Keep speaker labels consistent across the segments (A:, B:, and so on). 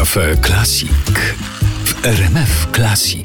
A: Cafe Classic w RMF Classic.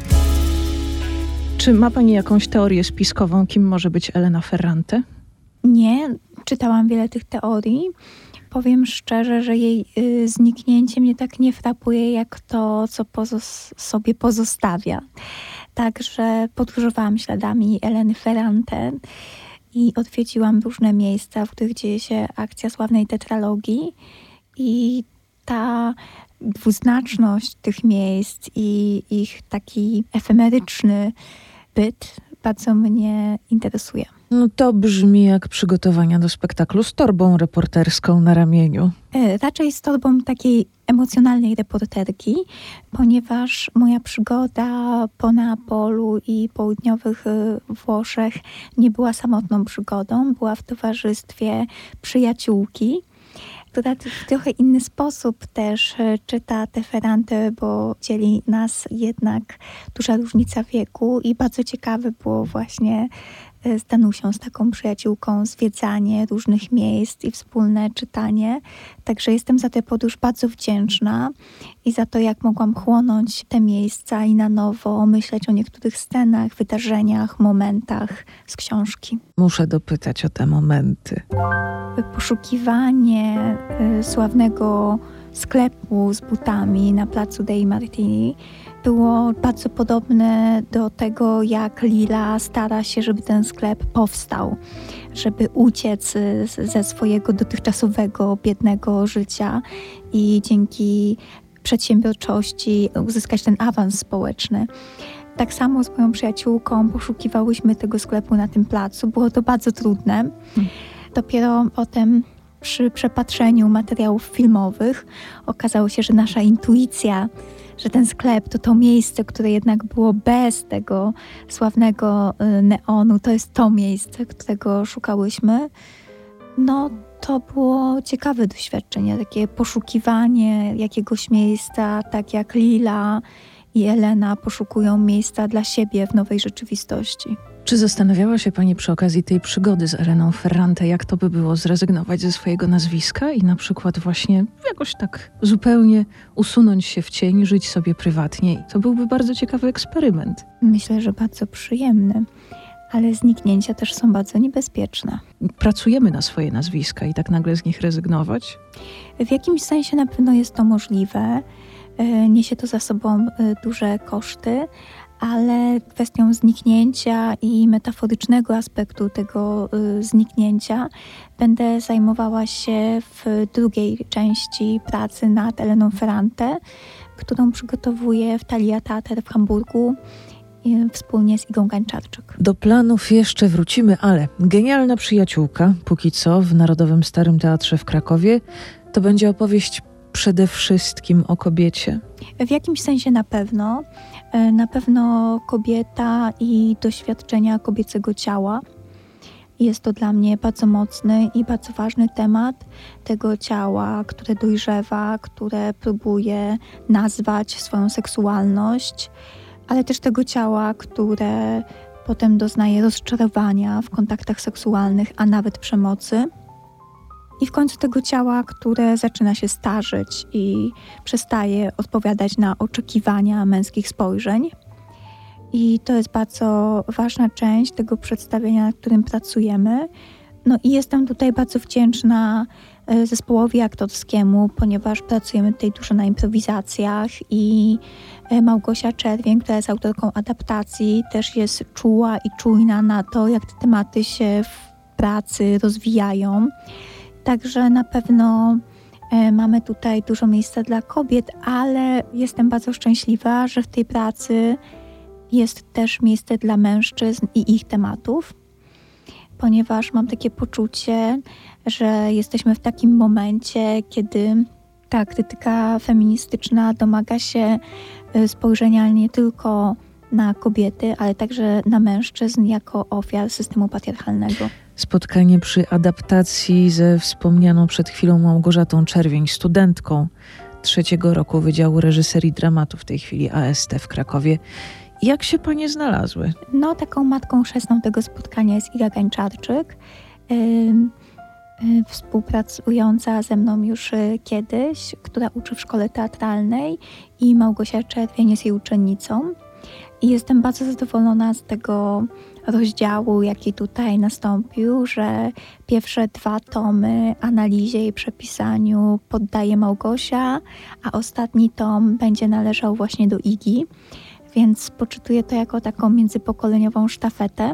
B: Czy ma Pani jakąś teorię spiskową, kim może być Elena Ferrante?
C: Nie, czytałam wiele tych teorii. Powiem szczerze, że jej zniknięcie mnie tak nie frapuje, jak to, co sobie pozostawia. Także podróżowałam śladami Eleny Ferrante i odwiedziłam różne miejsca, w których dzieje się akcja sławnej tetralogii. I ta dwuznaczność tych miejsc i ich taki efemeryczny byt bardzo mnie interesuje.
B: No to brzmi jak przygotowania do spektaklu z torbą reporterską na ramieniu.
C: Raczej z torbą takiej emocjonalnej reporterki, ponieważ moja przygoda po Neapolu i południowych Włoszech nie była samotną przygodą, była w towarzystwie przyjaciółki, która w trochę inny sposób też czyta tę Ferrante, bo dzieli nas jednak duża różnica wieku i bardzo ciekawe było właśnie z Danusią, z taką przyjaciółką, zwiedzanie różnych miejsc i wspólne czytanie. Także jestem za tę podróż bardzo wdzięczna i za to, jak mogłam chłonąć te miejsca i na nowo myśleć o niektórych scenach, wydarzeniach, momentach z książki.
B: Muszę dopytać o te momenty.
C: Poszukiwanie sławnego sklepu z butami na placu Dei Martiri było bardzo podobne do tego, jak Lila stara się, żeby ten sklep powstał, żeby uciec ze swojego dotychczasowego, biednego życia i dzięki przedsiębiorczości uzyskać ten awans społeczny. Tak samo z moją przyjaciółką poszukiwałyśmy tego sklepu na tym placu. Było to bardzo trudne. Dopiero potem przy przepatrzeniu materiałów filmowych okazało się, że nasza intuicja, że ten sklep to miejsce, które jednak było bez tego sławnego neonu, to jest to miejsce, którego szukałyśmy. No to było ciekawe doświadczenie, takie poszukiwanie jakiegoś miejsca, tak jak Lila i Elena poszukują miejsca dla siebie w nowej rzeczywistości.
B: Czy zastanawiała się Pani przy okazji tej przygody z Eleną Ferrante, jak to by było zrezygnować ze swojego nazwiska i na przykład właśnie jakoś tak zupełnie usunąć się w cień, żyć sobie prywatnie? To byłby bardzo ciekawy eksperyment.
C: Myślę, że bardzo przyjemny, ale zniknięcia też są bardzo niebezpieczne.
B: Pracujemy na swoje nazwiska i tak nagle z nich rezygnować?
C: W jakimś sensie na pewno jest to możliwe. Niesie to za sobą duże koszty, ale kwestią zniknięcia i metaforycznego aspektu tego zniknięcia będę zajmowała się w drugiej części pracy nad Eleną Ferrante, którą przygotowuję w Thalia Theater w Hamburgu wspólnie z Igą Gańczarczyk.
B: Do planów jeszcze wrócimy, ale Genialna przyjaciółka, póki co w Narodowym Starym Teatrze w Krakowie, to będzie opowieść przede wszystkim o kobiecie?
C: W jakimś sensie na pewno. Na pewno kobieta i doświadczenia kobiecego ciała. Jest to dla mnie bardzo mocny i bardzo ważny temat tego ciała, które dojrzewa, które próbuje nazwać swoją seksualność, ale też tego ciała, które potem doznaje rozczarowania w kontaktach seksualnych, a nawet przemocy. I w końcu tego ciała, które zaczyna się starzeć i przestaje odpowiadać na oczekiwania męskich spojrzeń. I to jest bardzo ważna część tego przedstawienia, nad którym pracujemy. No i jestem tutaj bardzo wdzięczna zespołowi aktorskiemu, ponieważ pracujemy tutaj dużo na improwizacjach i Małgosia Czerwień, która jest autorką adaptacji, też jest czuła i czujna na to, jak te tematy się w pracy rozwijają. Także na pewno mamy tutaj dużo miejsca dla kobiet, ale jestem bardzo szczęśliwa, że w tej pracy jest też miejsce dla mężczyzn i ich tematów, ponieważ mam takie poczucie, że jesteśmy w takim momencie, kiedy ta krytyka feministyczna domaga się spojrzenia nie tylko na kobiety, ale także na mężczyzn jako ofiar systemu patriarchalnego.
B: Spotkanie przy adaptacji ze wspomnianą przed chwilą Małgorzatą Czerwień, studentką 3. roku Wydziału Reżyserii Dramatu w tej chwili AST w Krakowie. Jak się panie znalazły?
C: No, taką matką chrzestną tego spotkania jest Iga Gańczarczyk. współpracująca ze mną już kiedyś, która uczy w szkole teatralnej, i Małgosia Czerwień jest jej uczennicą. I jestem bardzo zadowolona z tego rozdziału, jaki tutaj nastąpił, że pierwsze 2 tomy analizie i przepisaniu poddaje Małgosia, a ostatni tom będzie należał właśnie do Igi, więc poczytuję to jako taką międzypokoleniową sztafetę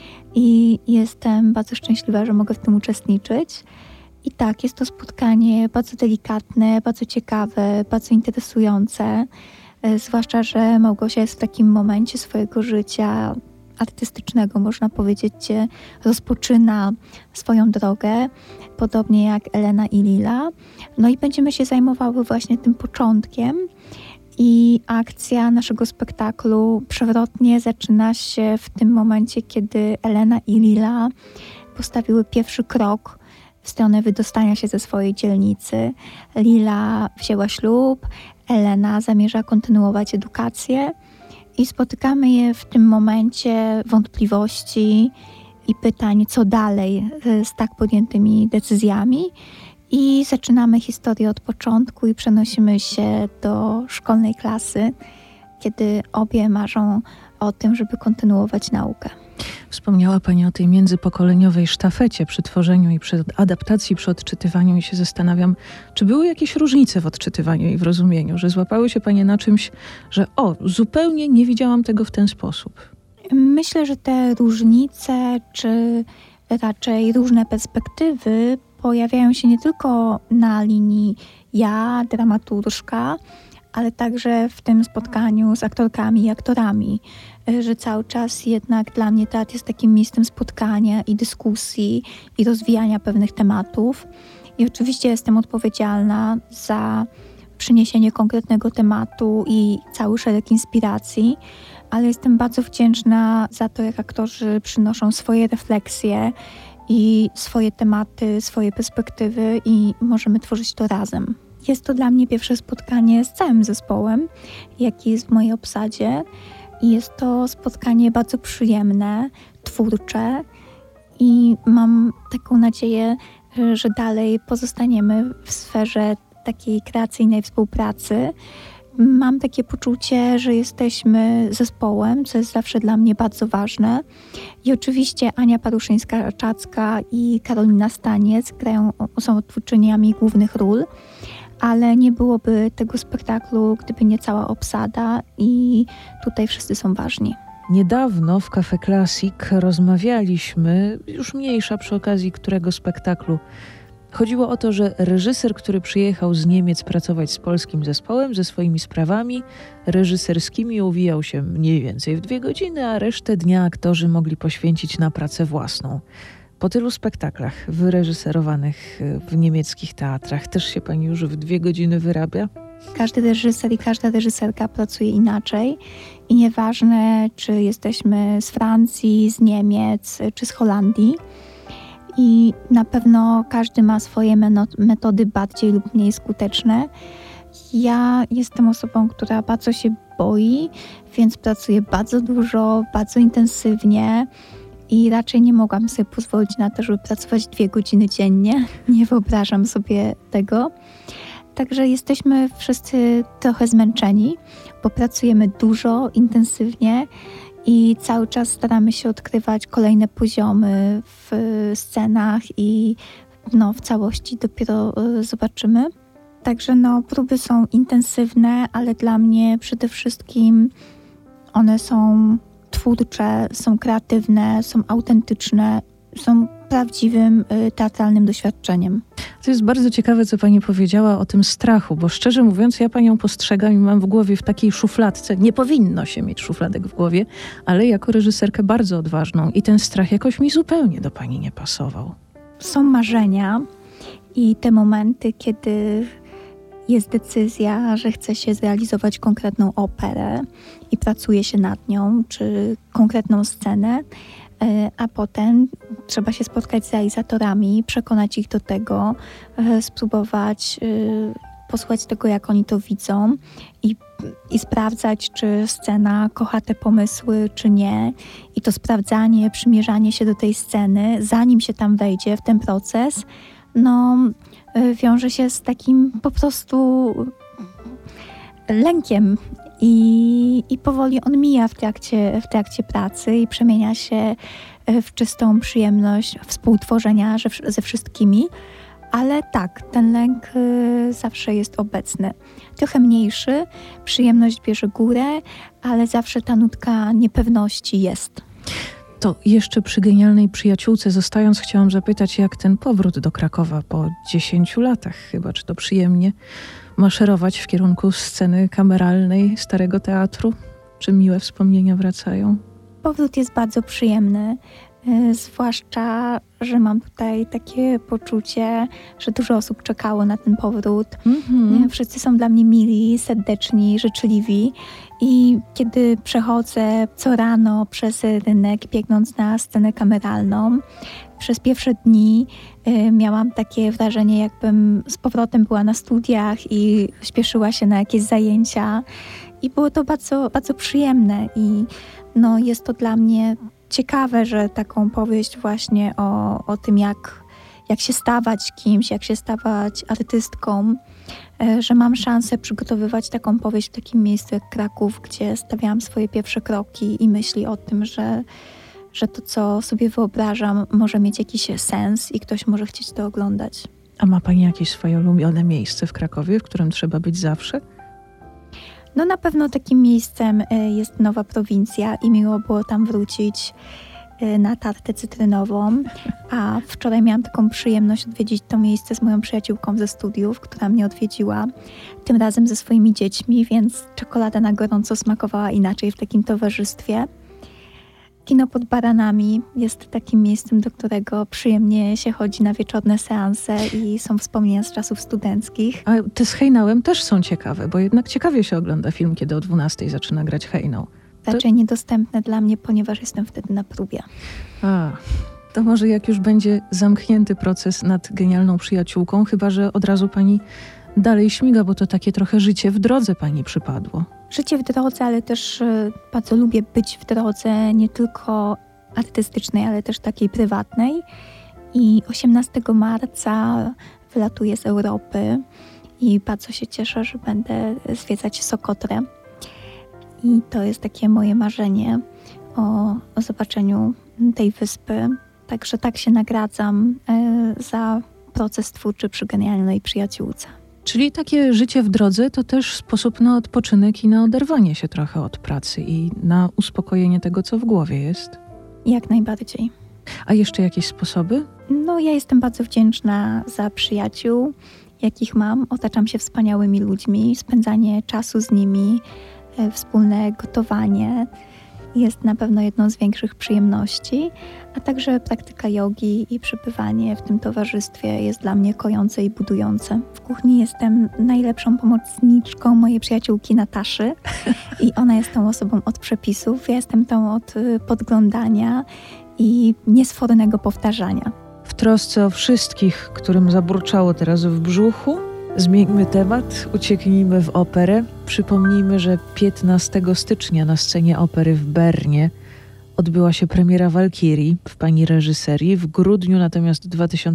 C: i jestem bardzo szczęśliwa, że mogę w tym uczestniczyć. I tak, jest to spotkanie bardzo delikatne, bardzo ciekawe, bardzo interesujące, zwłaszcza, że Małgosia jest w takim momencie swojego życia artystycznego, można powiedzieć, gdzie rozpoczyna swoją drogę, podobnie jak Elena i Lila. No i będziemy się zajmowały właśnie tym początkiem, i akcja naszego spektaklu przewrotnie zaczyna się w tym momencie, kiedy Elena i Lila postawiły pierwszy krok w stronę wydostania się ze swojej dzielnicy. Lila wzięła ślub, Elena zamierza kontynuować edukację i spotykamy je w tym momencie wątpliwości i pytań, co dalej z tak podjętymi decyzjami. I zaczynamy historię od początku i przenosimy się do szkolnej klasy, kiedy obie marzą o tym, żeby kontynuować naukę.
B: Wspomniała Pani o tej międzypokoleniowej sztafecie przy tworzeniu i przy adaptacji, przy odczytywaniu, i się zastanawiam, czy były jakieś różnice w odczytywaniu i w rozumieniu, że złapały się Panie na czymś, że zupełnie nie widziałam tego w ten sposób.
C: Myślę, że te różnice, czy raczej różne perspektywy pojawiają się nie tylko na linii ja, dramaturżka, ale także w tym spotkaniu z aktorkami i aktorami, że cały czas jednak dla mnie teatr jest takim miejscem spotkania i dyskusji i rozwijania pewnych tematów. I oczywiście jestem odpowiedzialna za przyniesienie konkretnego tematu i cały szereg inspiracji, ale jestem bardzo wdzięczna za to, jak aktorzy przynoszą swoje refleksje i swoje tematy, swoje perspektywy i możemy tworzyć to razem. Jest to dla mnie pierwsze spotkanie z całym zespołem, jaki jest w mojej obsadzie. I jest to spotkanie bardzo przyjemne, twórcze i mam taką nadzieję, że dalej pozostaniemy w sferze takiej kreacyjnej współpracy. Mam takie poczucie, że jesteśmy zespołem, co jest zawsze dla mnie bardzo ważne. I oczywiście Ania Paruszyńska-Czacka i Karolina Staniec są twórczyniami głównych ról, ale nie byłoby tego spektaklu, gdyby nie cała obsada, i tutaj wszyscy są ważni.
B: Niedawno w Cafe Classic rozmawialiśmy, już mniejsza przy okazji którego spektaklu. Chodziło o to, że reżyser, który przyjechał z Niemiec pracować z polskim zespołem, ze swoimi sprawami reżyserskimi, uwijał się mniej więcej w 2 godziny, a resztę dnia aktorzy mogli poświęcić na pracę własną. Po tylu spektaklach wyreżyserowanych w niemieckich teatrach też się Pani już w 2 godziny wyrabia?
C: Każdy reżyser i każda reżyserka pracuje inaczej i nieważne, czy jesteśmy z Francji, z Niemiec, czy z Holandii. I na pewno każdy ma swoje metody bardziej lub mniej skuteczne. Ja jestem osobą, która bardzo się boi, więc pracuję bardzo dużo, bardzo intensywnie i raczej nie mogłam sobie pozwolić na to, żeby pracować 2 godziny dziennie. Nie wyobrażam sobie tego. Także jesteśmy wszyscy trochę zmęczeni, bo pracujemy dużo, intensywnie i cały czas staramy się odkrywać kolejne poziomy w scenach i w całości dopiero zobaczymy. Także próby są intensywne, ale dla mnie przede wszystkim one są twórcze, są kreatywne, są autentyczne, są prawdziwym teatralnym doświadczeniem.
B: To jest bardzo ciekawe, co Pani powiedziała o tym strachu, bo szczerze mówiąc, ja Panią postrzegam i mam w głowie w takiej szufladce, nie powinno się mieć szufladek w głowie, ale jako reżyserkę bardzo odważną i ten strach jakoś mi zupełnie do Pani nie pasował.
C: Są marzenia i te momenty, kiedy jest decyzja, że chce się zrealizować konkretną operę i pracuje się nad nią, czy konkretną scenę, a potem trzeba się spotkać z realizatorami, przekonać ich do tego, spróbować posłuchać tego, jak oni to widzą i sprawdzać, czy scena kocha te pomysły, czy nie. I to sprawdzanie, przymierzanie się do tej sceny, zanim się tam wejdzie w ten proces, wiąże się z takim po prostu lękiem i powoli on mija w trakcie pracy i przemienia się w czystą przyjemność współtworzenia ze wszystkimi. Ale tak, ten lęk zawsze jest obecny. Trochę mniejszy, przyjemność bierze górę, ale zawsze ta nutka niepewności jest.
B: To jeszcze przy genialnej przyjaciółce zostając, chciałam zapytać, jak ten powrót do Krakowa po 10 latach chyba, czy to przyjemnie maszerować w kierunku sceny kameralnej Starego Teatru? Czy miłe wspomnienia wracają?
C: Powrót jest bardzo przyjemny, zwłaszcza, że mam tutaj takie poczucie, że dużo osób czekało na ten powrót. Wszyscy są dla mnie mili, serdeczni, życzliwi i kiedy przechodzę co rano przez rynek, biegnąc na scenę kameralną, przez pierwsze dni miałam takie wrażenie, jakbym z powrotem była na studiach i śpieszyła się na jakieś zajęcia i było to bardzo, bardzo przyjemne i jest to dla mnie ciekawe, że taką powieść właśnie o tym, jak się stawać kimś, jak się stawać artystką, że mam szansę przygotowywać taką powieść w takim miejscu jak Kraków, gdzie stawiałam swoje pierwsze kroki i myśli o tym, że to, co sobie wyobrażam, może mieć jakiś sens i ktoś może chcieć to oglądać.
B: A ma Pani jakieś swoje ulubione miejsce w Krakowie, w którym trzeba być zawsze?
C: Na pewno takim miejscem jest Nowa Prowincja i miło było tam wrócić na tartę cytrynową, a wczoraj miałam taką przyjemność odwiedzić to miejsce z moją przyjaciółką ze studiów, która mnie odwiedziła, tym razem ze swoimi dziećmi, więc czekolada na gorąco smakowała inaczej w takim towarzystwie. Kino pod Baranami jest takim miejscem, do którego przyjemnie się chodzi na wieczorne seanse i są wspomnienia z czasów studenckich.
B: A te z Hejnałem też są ciekawe, bo jednak ciekawie się ogląda film, kiedy o 12:00 zaczyna grać Hejnał.
C: Raczej niedostępne dla mnie, ponieważ jestem wtedy na próbie.
B: To może jak już będzie zamknięty proces nad genialną przyjaciółką, chyba że od razu Pani dalej śmiga, bo to takie trochę życie w drodze Pani przypadło.
C: Życie w drodze, ale też bardzo lubię być w drodze, nie tylko artystycznej, ale też takiej prywatnej. I 18 marca wylatuję z Europy i bardzo się cieszę, że będę zwiedzać Sokotrę. I to jest takie moje marzenie o zobaczeniu tej wyspy. Także tak się nagradzam za proces twórczy przy genialnej przyjaciółce.
B: Czyli takie życie w drodze to też sposób na odpoczynek i na oderwanie się trochę od pracy i na uspokojenie tego, co w głowie jest?
C: Jak najbardziej.
B: A jeszcze jakieś sposoby?
C: Ja jestem bardzo wdzięczna za przyjaciół, jakich mam. Otaczam się wspaniałymi ludźmi, spędzanie czasu z nimi, wspólne gotowanie jest na pewno jedną z większych przyjemności, a także praktyka jogi i przebywanie w tym towarzystwie jest dla mnie kojące i budujące. W kuchni jestem najlepszą pomocniczką mojej przyjaciółki Nataszy i ona jest tą osobą od przepisów, ja jestem tą od podglądania i niesfornego powtarzania.
B: W trosce o wszystkich, którym zaburczało teraz w brzuchu, zmieńmy temat, ucieknijmy w operę. Przypomnijmy, że 15 stycznia na scenie opery w Bernie odbyła się premiera Walkirii w Pani reżyserii. W grudniu natomiast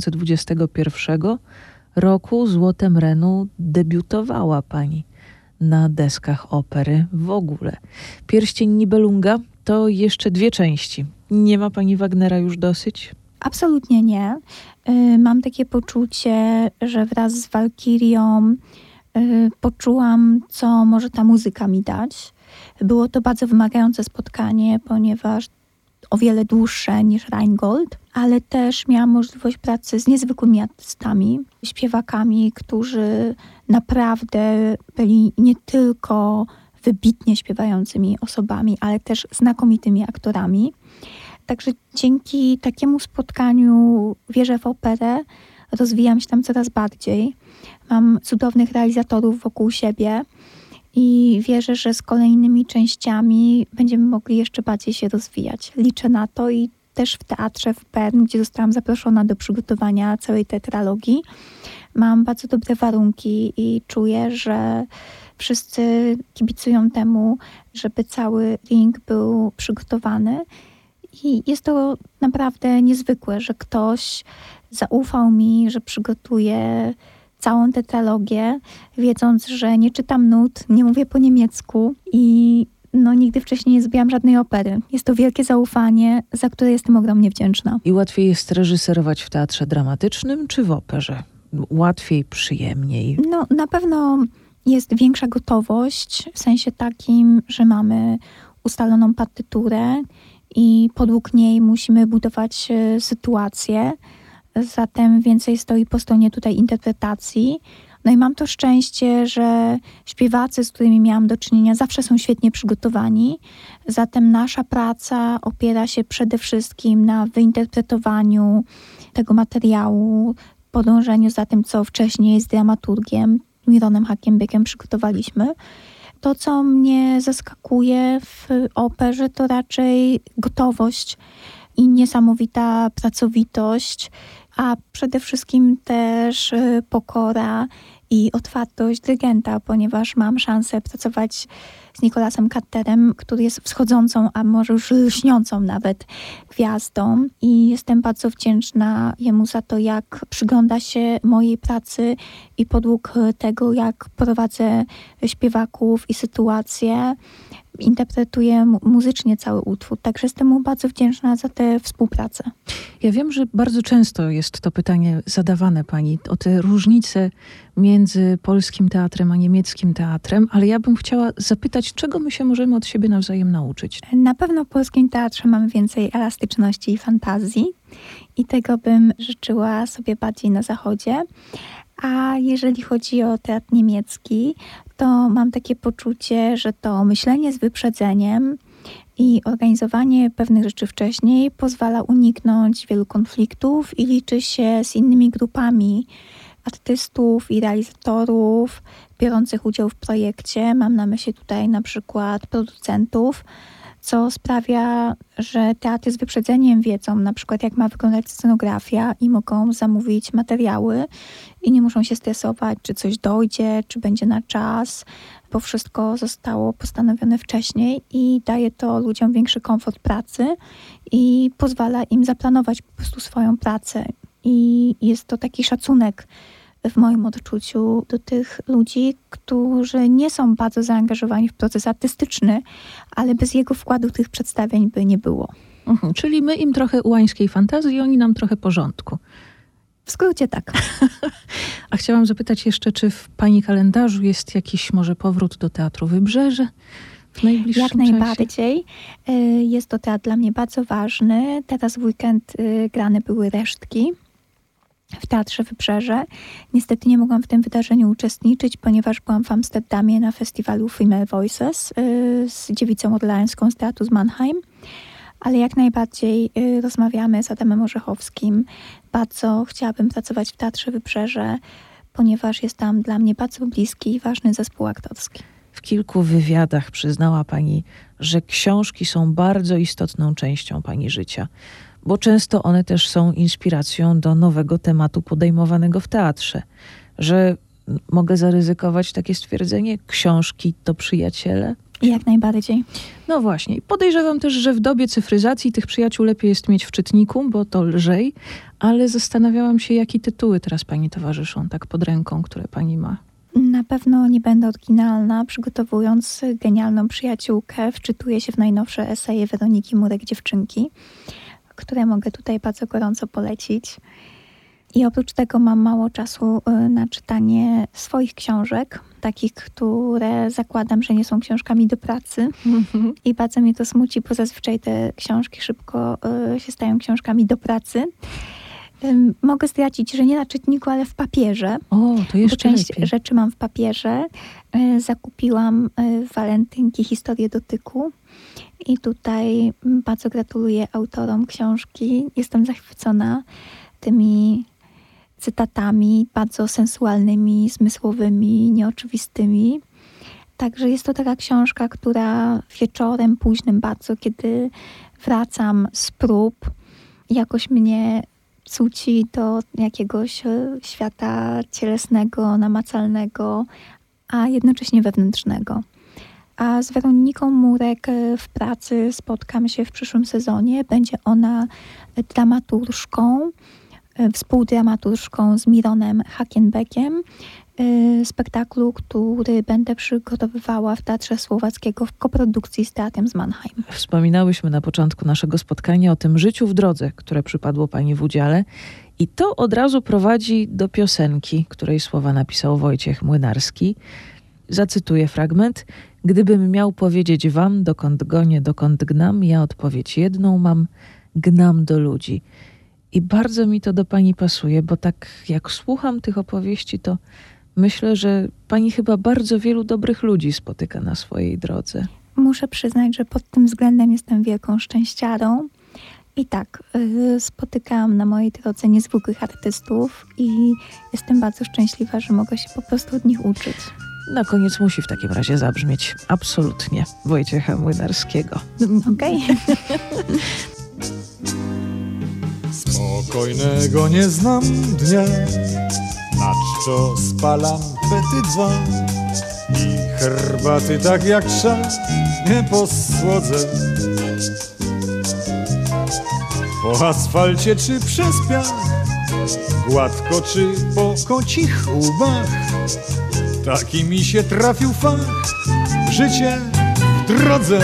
B: 2021 roku Złotem Renu debiutowała Pani na deskach opery w ogóle. Pierścień Nibelunga to jeszcze 2 części. Nie ma Pani Wagnera już dosyć?
C: Absolutnie nie. Mam takie poczucie, że wraz z Walkirią poczułam, co może ta muzyka mi dać. Było to bardzo wymagające spotkanie, ponieważ o wiele dłuższe niż Rheingold, ale też miałam możliwość pracy z niezwykłymi artystami, śpiewakami, którzy naprawdę byli nie tylko wybitnie śpiewającymi osobami, ale też znakomitymi aktorami. Także dzięki takiemu spotkaniu wierzę w operę, rozwijam się tam coraz bardziej. Mam cudownych realizatorów wokół siebie i wierzę, że z kolejnymi częściami będziemy mogli jeszcze bardziej się rozwijać. Liczę na to i też w teatrze w Bern, gdzie zostałam zaproszona do przygotowania całej tetralogii. Mam bardzo dobre warunki i czuję, że wszyscy kibicują temu, żeby cały ring był przygotowany I jest to naprawdę niezwykłe, że ktoś zaufał mi, że przygotuje całą tetralogię, wiedząc, że nie czytam nut, nie mówię po niemiecku i nigdy wcześniej nie zrobiłam żadnej opery. Jest to wielkie zaufanie, za które jestem ogromnie wdzięczna.
B: I łatwiej jest reżyserować w teatrze dramatycznym czy w operze? Łatwiej, przyjemniej?
C: Na pewno jest większa gotowość, w sensie takim, że mamy ustaloną partyturę i podług niej musimy budować sytuację. Zatem więcej stoi po stronie tutaj interpretacji. I mam to szczęście, że śpiewacy, z którymi miałam do czynienia, zawsze są świetnie przygotowani. Zatem nasza praca opiera się przede wszystkim na wyinterpretowaniu tego materiału, podążeniu za tym, co wcześniej z dramaturgiem Mironem Hakenbeckiem przygotowaliśmy. To, co mnie zaskakuje w operze, to raczej gotowość i niesamowita pracowitość, a przede wszystkim też pokora i otwartość dyrygenta, ponieważ mam szansę pracować z Nicolasem Carterem, który jest wschodzącą, a może już lśniącą nawet gwiazdą. I jestem bardzo wdzięczna jemu za to, jak przygląda się mojej pracy i podług tego, jak prowadzę śpiewaków i sytuacje, interpretuję muzycznie cały utwór. Także jestem mu bardzo wdzięczna za tę współpracę.
B: Ja wiem, że bardzo często jest to pytanie zadawane pani o te różnice między polskim teatrem a niemieckim teatrem, ale ja bym chciała zapytać, czego my się możemy od siebie nawzajem nauczyć?
C: Na pewno w polskim teatrze mamy więcej elastyczności i fantazji i tego bym życzyła sobie bardziej na zachodzie. A jeżeli chodzi o teatr niemiecki, to mam takie poczucie, że to myślenie z wyprzedzeniem i organizowanie pewnych rzeczy wcześniej pozwala uniknąć wielu konfliktów i liczy się z innymi grupami artystów i realizatorów biorących udział w projekcie. Mam na myśli tutaj na przykład producentów, co sprawia, że teatry z wyprzedzeniem wiedzą na przykład, jak ma wyglądać scenografia i mogą zamówić materiały i nie muszą się stresować, czy coś dojdzie, czy będzie na czas, bo wszystko zostało postanowione wcześniej i daje to ludziom większy komfort pracy i pozwala im zaplanować po prostu swoją pracę. I jest to taki szacunek w moim odczuciu do tych ludzi, którzy nie są bardzo zaangażowani w proces artystyczny, ale bez jego wkładu tych przedstawień by nie było.
B: Czyli my im trochę ułańskiej fantazji, oni nam trochę porządku.
C: W skrócie tak.
B: A chciałam zapytać jeszcze, czy w pani kalendarzu jest jakiś może powrót do Teatru Wybrzeże w najbliższym
C: Jak
B: czasie?
C: najbardziej. Jest to teatr dla mnie bardzo ważny. Teraz w weekend grane były Resztki w Teatrze Wybrzeże. Niestety nie mogłam w tym wydarzeniu uczestniczyć, ponieważ byłam w Amsterdamie na festiwalu Female Voices z Dziewicą Orleańską z Teatru z Mannheim. Ale jak najbardziej rozmawiamy z Adamem Orzechowskim. Bardzo chciałabym pracować w Teatrze Wybrzeże, ponieważ jest tam dla mnie bardzo bliski i ważny zespół aktorski.
B: W kilku wywiadach przyznała pani, że książki są bardzo istotną częścią pani życia, bo często one też są inspiracją do nowego tematu podejmowanego w teatrze. Że mogę zaryzykować takie stwierdzenie, książki to przyjaciele?
C: Jak najbardziej.
B: No właśnie. I podejrzewam też, że w dobie cyfryzacji tych przyjaciół lepiej jest mieć w czytniku, bo to lżej, ale zastanawiałam się, jakie tytuły teraz pani towarzyszą, tak pod ręką, które pani ma.
C: Na pewno nie będę oryginalna. Przygotowując Genialną przyjaciółkę, wczytuję się w najnowsze eseje Weroniki Murek Dziewczynki, które mogę tutaj bardzo gorąco polecić. I oprócz tego mam mało czasu na czytanie swoich książek, takich, które zakładam, że nie są książkami do pracy. I bardzo mnie to smuci, bo zazwyczaj te książki szybko się stają książkami do pracy. Mogę zdradzić, że nie na czytniku, ale w papierze.
B: O, to jeszcze
C: część
B: lepiej.
C: rzeczy mam w papierze. Zakupiłam w Walentynki Historię dotyku. I tutaj bardzo gratuluję autorom książki. Jestem zachwycona tymi cytatami bardzo sensualnymi, zmysłowymi, nieoczywistymi. Także jest to taka książka, która wieczorem późnym bardzo, kiedy wracam z prób, jakoś mnie cuci do jakiegoś świata cielesnego, namacalnego, a jednocześnie wewnętrznego. A z Weroniką Murek w pracy spotkam się w przyszłym sezonie. Będzie ona dramaturżką, współdramaturżką z Mironem Hakenbeckiem spektaklu, który będę przygotowywała w Teatrze Słowackiego w koprodukcji z Teatrem z Mannheim.
B: Wspominałyśmy na początku naszego spotkania o tym życiu w drodze, które przypadło pani w udziale. I to od razu prowadzi do piosenki, której słowa napisał Wojciech Młynarski. Zacytuję fragment. Gdybym miał powiedzieć wam, dokąd gonię, dokąd gnam, ja odpowiedź jedną mam, gnam do ludzi. I bardzo mi to do pani pasuje, bo tak jak słucham tych opowieści, to myślę, że pani chyba bardzo wielu dobrych ludzi spotyka na swojej drodze.
C: Muszę przyznać, że pod tym względem jestem wielką szczęściarą. I tak, spotykałam na mojej drodze niezwykłych artystów i jestem bardzo szczęśliwa, że mogę się po prostu od nich uczyć.
B: Na koniec musi w takim razie zabrzmieć absolutnie Wojciecha Młynarskiego.
C: Okej.
D: Spokojnego nie znam dnia, na czczo spalam pety dwa i herbaty tak jak trzeba nie posłodzę. Po asfalcie czy przez piach, gładko czy po kocich łbach, taki mi się trafił fach, życie w drodze.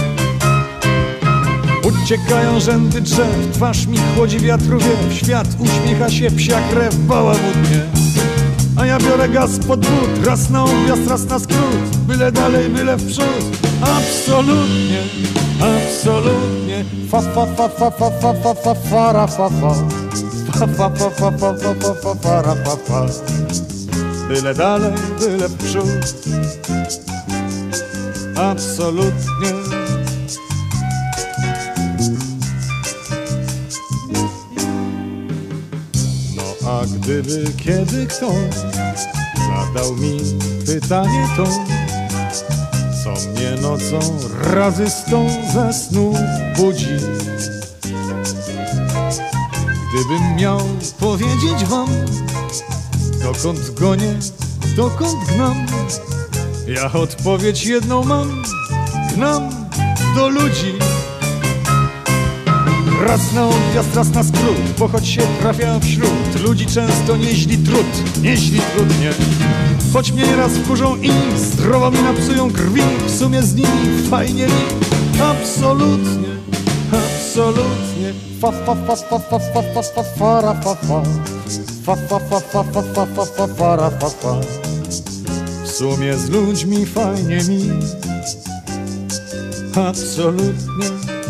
D: Uciekają rzędy drzew, twarz mi chłodzi wiatru wiew, świat uśmiecha się, psia krew bałamutnie. A ja biorę gaz pod but, raz na objazd, raz na skrót, byle dalej, byle w przód. Absolutnie, absolutnie, fa fa fa fa fa fa fa fa fara fa fa, fa fa fa fa fa fa fa fa fara fa fa, byle dalej, byle w przód. Absolutnie. A gdyby kiedy ktoś zadał mi pytanie to, co mnie nocą razy 100 ze snu budzi, gdybym miał powiedzieć wam, dokąd gonię, dokąd gnam, ja odpowiedź jedną mam, gnam do ludzi. Raz na odjazd, raz na skrót, bo choć się trafia wśród ludzi często nieźli trud, nie. Choć mnie nieraz wkurzą i zdrowo mi napsują krwi, w sumie z nimi fajnie mi, absolutnie, absolutnie, fa fa fa fa fa fa fa fa fara fa fa, fa fa fa fa fa fa fa fa fara fa fa, w sumie z ludźmi fajnie mi, absolutnie.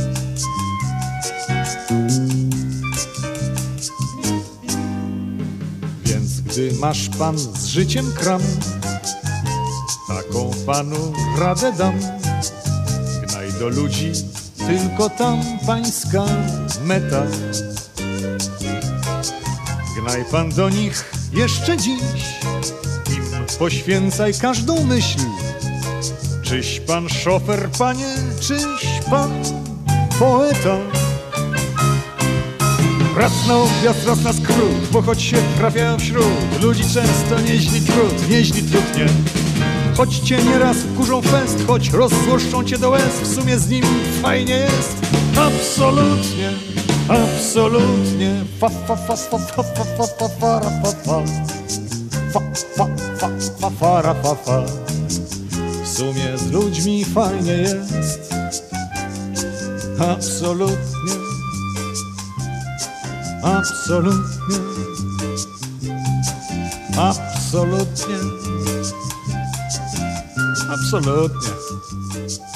D: Więc gdy masz pan z życiem kram, taką panu radę dam. Gnaj do ludzi, tylko tam pańska meta. Gnaj pan do nich jeszcze dziś, im poświęcaj każdą myśl. Czyś pan szofer, panie, czyś pan poeta. Raz na objazd, raz na skrót, bo choć się trafia wśród ludzi często nieźli trud, nie. Choć cię nieraz wkurzą fest, choć rozzłoszczą cię do łez, w sumie z nimi fajnie jest, absolutnie, absolutnie, fa fa fa fa fa fa fa fa fara fa fa, fa fa fa fa fara fa fa, w sumie z ludźmi fajnie jest, absolutnie. Absolutnie, absolutnie, absolutnie.